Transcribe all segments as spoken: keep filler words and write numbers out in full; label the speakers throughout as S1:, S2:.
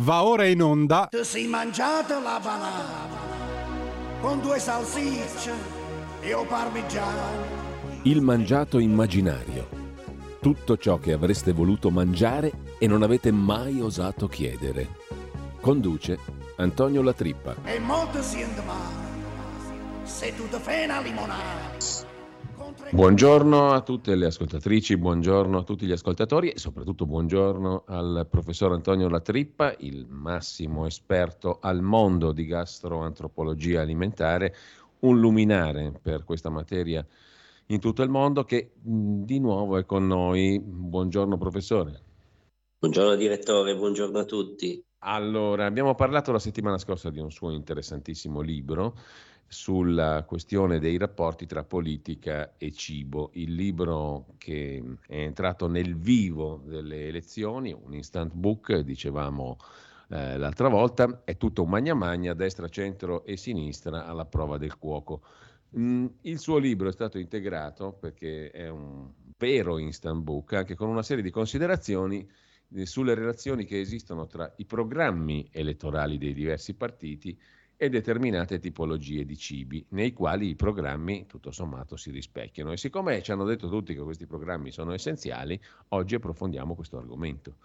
S1: Va ora in onda.
S2: Ti sei mangiata la banana con due salsicce e o parmigiano.
S3: Il mangiato immaginario. Tutto ciò che avreste voluto mangiare e non avete mai osato chiedere. Conduce Antonio La Trippa.
S2: E molto si male se tu ti fai una limonata.
S3: Buongiorno a tutte le ascoltatrici, buongiorno a tutti gli ascoltatori e soprattutto buongiorno al professor Antonio La Trippa, il massimo esperto al mondo di gastroantropologia alimentare, un luminare per questa materia in tutto il mondo, che mh, di nuovo è con noi. Buongiorno professore.
S4: Buongiorno direttore, buongiorno a tutti.
S3: Allora, abbiamo parlato la settimana scorsa di un suo interessantissimo libro sulla questione dei rapporti tra politica e cibo, il libro che è entrato nel vivo delle elezioni, un instant book, dicevamo eh, l'altra volta, è tutto un magna magna, destra, centro e sinistra alla prova del cuoco. Mm, il suo libro è stato integrato, perché è un vero instant book, anche con una serie di considerazioni eh, sulle relazioni che esistono tra i programmi elettorali dei diversi partiti e determinate tipologie di cibi, nei quali i programmi tutto sommato si rispecchiano. E siccome ci hanno detto tutti che questi programmi sono essenziali, oggi approfondiamo questo argomento.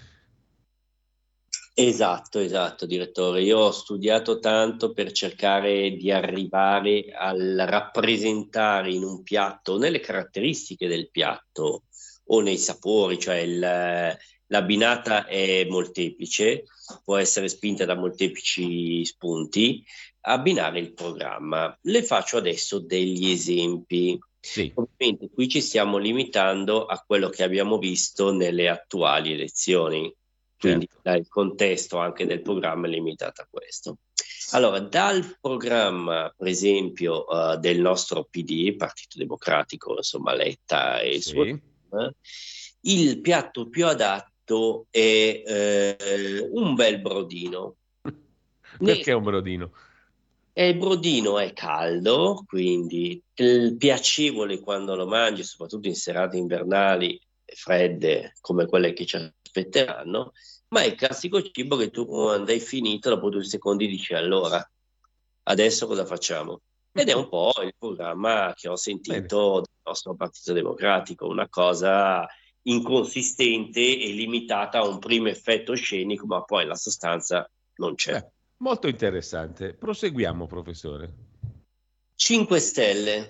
S4: Esatto, esatto, direttore. Io ho studiato tanto per cercare di arrivare al rappresentare in un piatto, nelle caratteristiche del piatto o nei sapori, cioè il, l'abbinata è molteplice, può essere spinta da molteplici spunti, abbinare il programma. Le faccio adesso degli esempi.
S3: Sì.
S4: Ovviamente qui ci stiamo limitando a quello che abbiamo visto nelle attuali elezioni, quindi
S3: Certo.
S4: il contesto anche del programma è limitato a questo. Allora, dal programma, per esempio, uh, del nostro P D, Partito Democratico, insomma Letta e il
S3: Sì.
S4: suo team, il piatto più adatto è eh, un bel brodino.
S3: Perché un brodino?
S4: E il brodino è caldo, quindi il piacevole quando lo mangi, soprattutto in serate invernali fredde come quelle che ci aspetteranno, ma è il classico cibo che tu quando hai finito dopo due secondi dici allora, adesso cosa facciamo? Ed è un po' il programma che ho sentito Bene. Del nostro Partito Democratico, una cosa inconsistente e limitata a un primo effetto scenico, ma poi la sostanza non c'è.
S3: Beh, molto interessante. Proseguiamo, professore.
S4: cinque Stelle.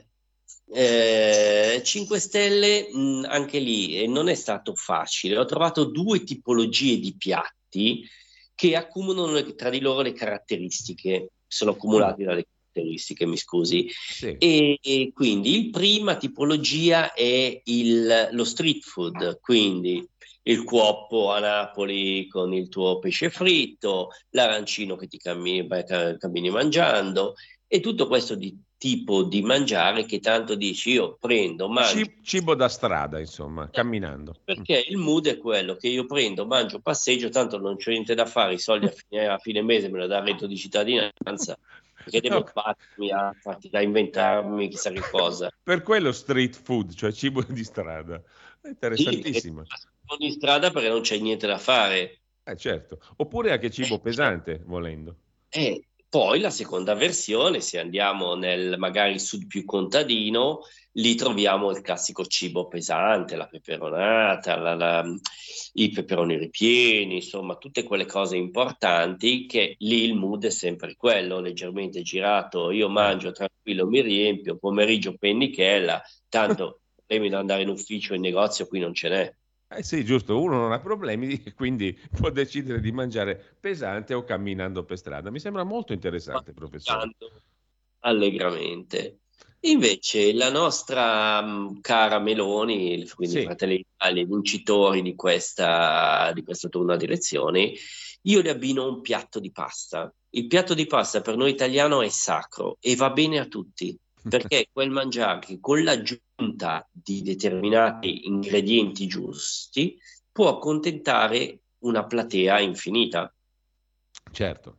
S4: Eh, cinque Stelle, mh, anche lì eh, non è stato facile. Ho trovato due tipologie di piatti che accumulano tra di loro le caratteristiche, sono accumulati dalle caratteristiche, mi scusi.
S3: Sì.
S4: E, e quindi il prima tipologia è il, lo street food, quindi il cuoppo a Napoli con il tuo pesce fritto, l'arancino che ti cammini, cammini mangiando, e tutto questo di tipo di mangiare che tanto dici io prendo, mangio.
S3: Cibo da strada, insomma, camminando.
S4: Perché il mood è quello che io prendo, mangio, passeggio, tanto non c'ho niente da fare, i soldi a fine, a fine mese me lo dà il reddito di cittadinanza, perché devo
S3: No.
S4: farmi a, da inventarmi chissà che cosa.
S3: Per quello street food, cioè cibo di strada. È interessantissimo.
S4: Sì, sono in strada perché non c'è niente da fare.
S3: Eh, certo. Oppure anche cibo pesante, volendo.
S4: E poi la seconda versione, se andiamo nel magari sud più contadino, lì troviamo il classico cibo pesante, la peperonata, la, la, i peperoni ripieni, insomma tutte quelle cose importanti che lì il mood è sempre quello, leggermente girato, io mangio tranquillo, mi riempio, pomeriggio pennichella, tanto problemi da andare in ufficio o in negozio qui non ce n'è.
S3: Eh sì, giusto, uno non ha problemi, quindi può decidere di mangiare pesante o camminando per strada. Mi sembra molto interessante, professore.
S4: Allegramente. Invece la nostra mh, cara Meloni, quindi
S3: Sì.
S4: Fratelli d'Italia, i vincitori di questa, di questo turno di elezioni, io le abbino un piatto di pasta. Il piatto di pasta per noi italiano è sacro e va bene a tutti, perché è quel mangiare che con l'aggiunta di determinati ingredienti giusti può accontentare una platea infinita.
S3: Certo.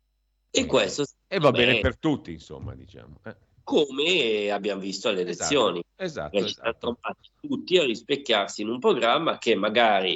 S4: E questo
S3: E va bene
S4: me,
S3: per tutti, insomma, diciamo. Eh.
S4: come abbiamo visto alle elezioni.
S3: Esatto, esatto.
S4: Ci hanno trovati tutti a rispecchiarsi in un programma che magari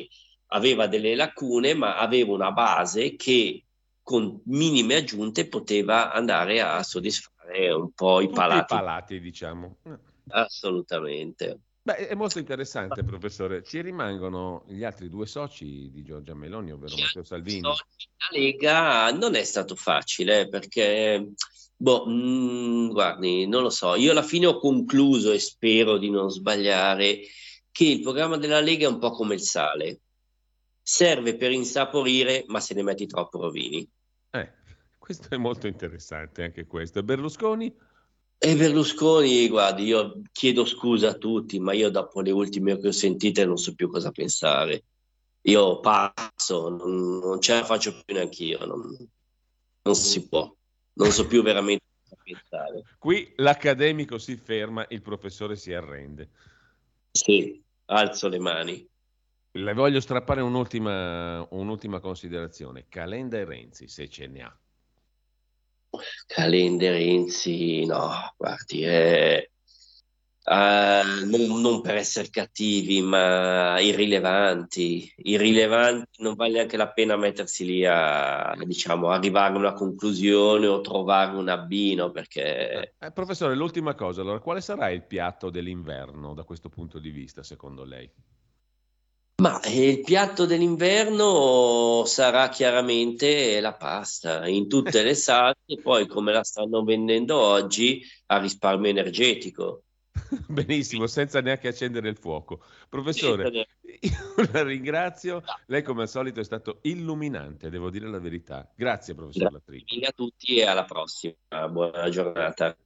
S4: aveva delle lacune, ma aveva una base che con minime aggiunte poteva andare a soddisfare un po' i
S3: Tutti
S4: palati.
S3: i palati, diciamo.
S4: Assolutamente.
S3: Beh, è molto interessante, professore. Ci rimangono gli altri due soci di Giorgia Meloni, ovvero Matteo Salvini.
S4: La Lega non è stato facile perché, boh, mh, guardi, non lo so. Io alla fine ho concluso, e spero di non sbagliare, che il programma della Lega è un po' come il sale. Serve per insaporire, ma se ne metti troppo rovini.
S3: Eh, questo è molto interessante, anche questo. E Berlusconi?
S4: E Berlusconi, guardi, io chiedo scusa a tutti, ma io dopo le ultime che ho sentite non so più cosa pensare. Io passo, non, non ce la faccio più neanche io, non, non si può, non so più veramente cosa pensare.
S3: Qui l'accademico si ferma, il professore si arrende.
S4: Sì, alzo le mani.
S3: Le voglio strappare un'ultima, un'ultima considerazione. Calenda e Renzi, se ce ne ha.
S4: Calenda, Renzi, no, guardi, è, uh, non, non per essere cattivi, ma irrilevanti. Irrilevanti, non vale neanche la pena mettersi lì a, diciamo, arrivare a una conclusione o trovare un abbino, perché...
S3: Eh, professore, l'ultima cosa, allora, quale sarà il piatto dell'inverno da questo punto di vista, secondo lei?
S4: Ma eh, il piatto dell'inverno sarà chiaramente la pasta in tutte le salse, poi come la stanno vendendo oggi a risparmio energetico.
S3: Benissimo, senza neanche accendere il fuoco. Professore, io la ringrazio, lei come al solito è stato illuminante, devo dire la verità. Grazie, professor Lattrico.
S4: Grazie a tutti e alla prossima. Buona giornata.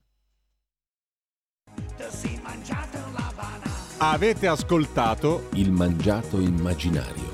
S1: Avete ascoltato
S5: Il Mangiato Immaginario.